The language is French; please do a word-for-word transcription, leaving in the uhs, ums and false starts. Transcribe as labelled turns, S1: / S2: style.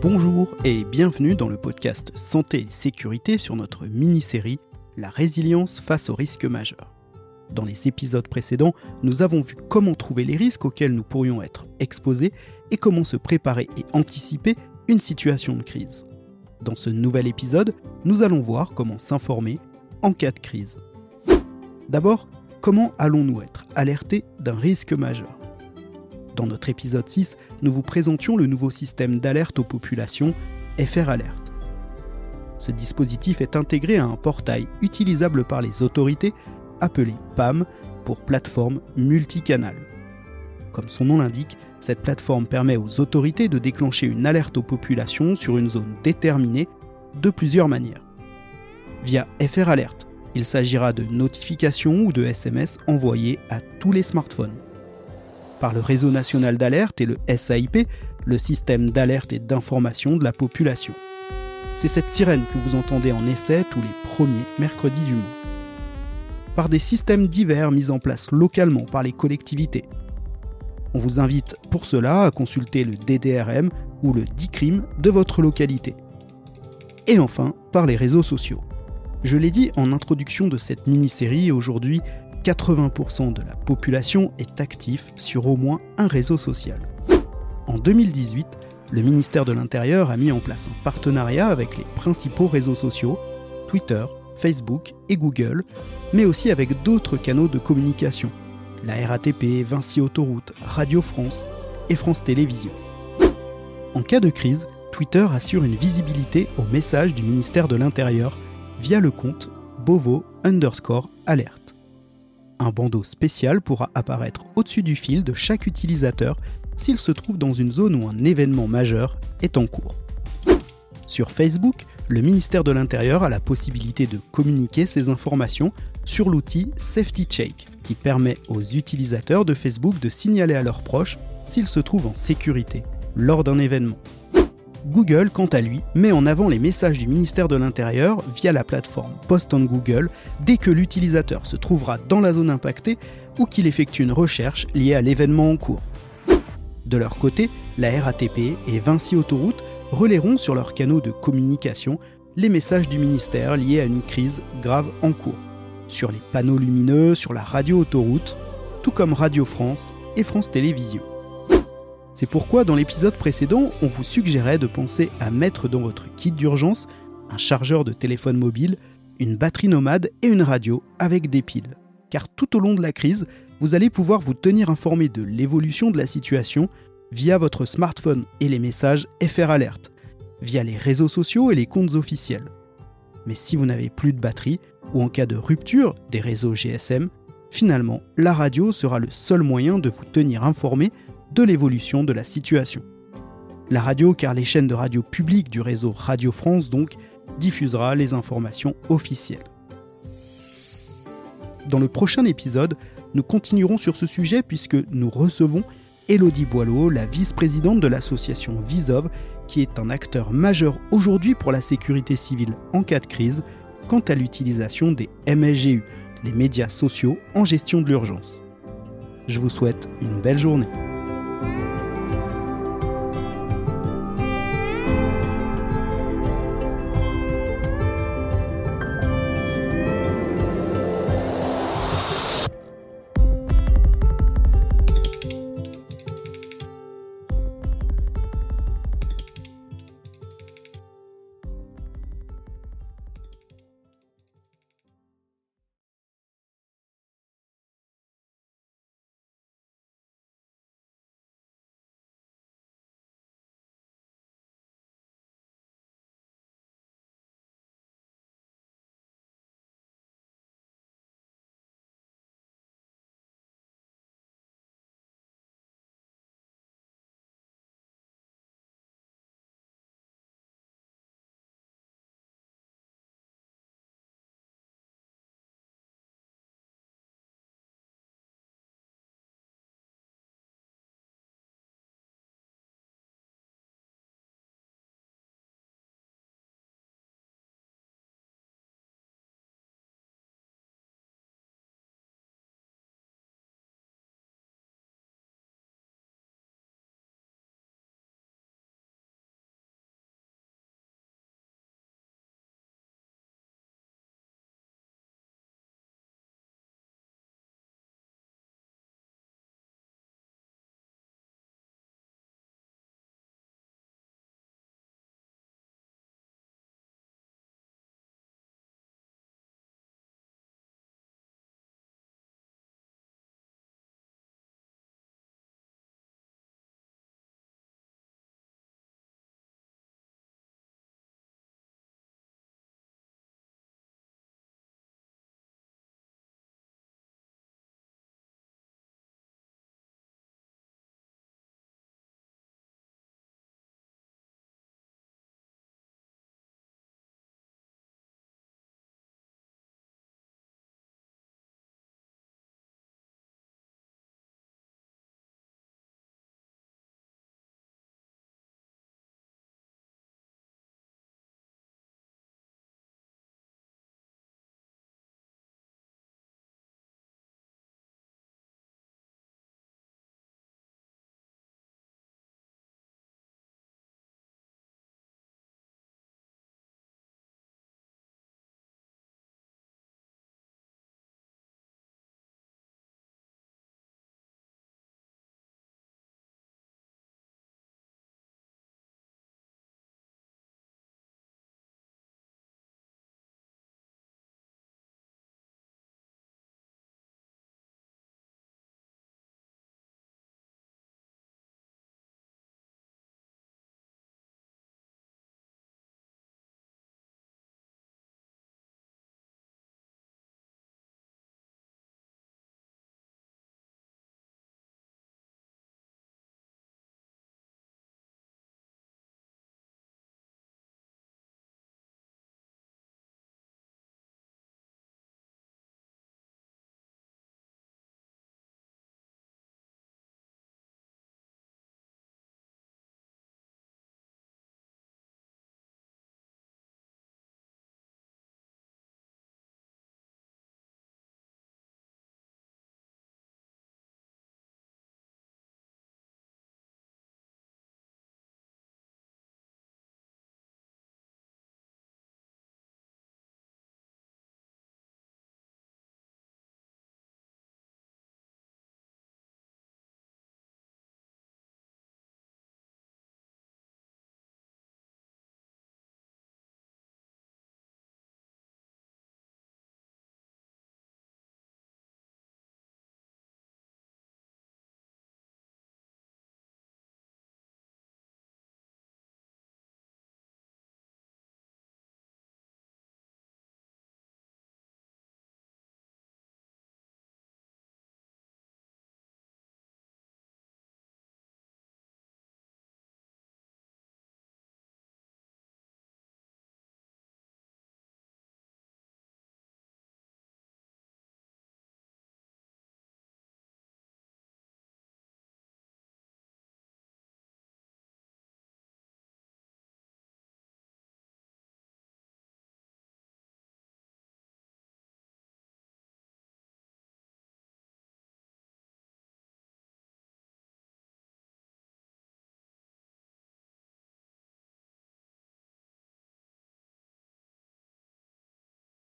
S1: Bonjour et bienvenue dans le podcast Santé et Sécurité sur notre mini-série La résilience face aux risques majeurs. Dans les épisodes précédents, nous avons vu comment trouver les risques auxquels nous pourrions être exposés et comment se préparer et anticiper une situation de crise. Dans ce nouvel épisode, nous allons voir comment s'informer en cas de crise. D'abord, comment allons-nous être alertés d'un risque majeur ? Dans notre épisode six, nous vous présentions le nouveau système d'alerte aux populations, F R Alert. Ce dispositif est intégré à un portail utilisable par les autorités, appelé P A M, pour plateforme multicanale. Comme son nom l'indique, cette plateforme permet aux autorités de déclencher une alerte aux populations sur une zone déterminée de plusieurs manières. Via F R Alert, il s'agira de notifications ou de S M S envoyés à tous les smartphones. Par le Réseau national d'alerte et le S A I P, le système d'alerte et d'information de la population. C'est cette sirène que vous entendez en essai tous les premiers mercredis du mois. Par des systèmes divers mis en place localement par les collectivités. On vous invite pour cela à consulter le D D R M ou le D I C R I M de votre localité. Et enfin, par les réseaux sociaux. Je l'ai dit en introduction de cette mini-série, aujourd'hui, quatre-vingts pour cent de la population est actif sur au moins un réseau social. En deux mille dix-huit, le ministère de l'Intérieur a mis en place un partenariat avec les principaux réseaux sociaux, Twitter, Facebook et Google, mais aussi avec d'autres canaux de communication, la R A T P, Vinci Autoroute, Radio France et France Télévisions. En cas de crise, Twitter assure une visibilité aux messages du ministère de l'Intérieur via le compte Bovo underscore alerte. Un bandeau spécial pourra apparaître au-dessus du fil de chaque utilisateur s'il se trouve dans une zone où un événement majeur est en cours. Sur Facebook, le ministère de l'Intérieur a la possibilité de communiquer ces informations sur l'outil Safety Check, qui permet aux utilisateurs de Facebook de signaler à leurs proches s'ils se trouvent en sécurité lors d'un événement. Google, quant à lui, met en avant les messages du ministère de l'Intérieur via la plateforme Post on Google dès que l'utilisateur se trouvera dans la zone impactée ou qu'il effectue une recherche liée à l'événement en cours. De leur côté, la R A T P et Vinci Autoroute relaieront sur leurs canaux de communication les messages du ministère liés à une crise grave en cours, sur les panneaux lumineux, sur la radio autoroute, tout comme Radio France et France Télévisions. C'est pourquoi dans l'épisode précédent, on vous suggérait de penser à mettre dans votre kit d'urgence un chargeur de téléphone mobile, une batterie nomade et une radio avec des piles. Car tout au long de la crise, vous allez pouvoir vous tenir informé de l'évolution de la situation via votre smartphone et les messages F R Alert, via les réseaux sociaux et les comptes officiels. Mais si vous n'avez plus de batterie, ou en cas de rupture des réseaux G S M, finalement, la radio sera le seul moyen de vous tenir informé de l'évolution de la situation. La radio, car les chaînes de radio publiques du réseau Radio France, donc, diffusera les informations officielles. Dans le prochain épisode, nous continuerons sur ce sujet puisque nous recevons Élodie Boileau, la vice-présidente de l'association Visov, qui est un acteur majeur aujourd'hui pour la sécurité civile en cas de crise, quant à l'utilisation des M S G U, les médias sociaux en gestion de l'urgence. Je vous souhaite une belle journée.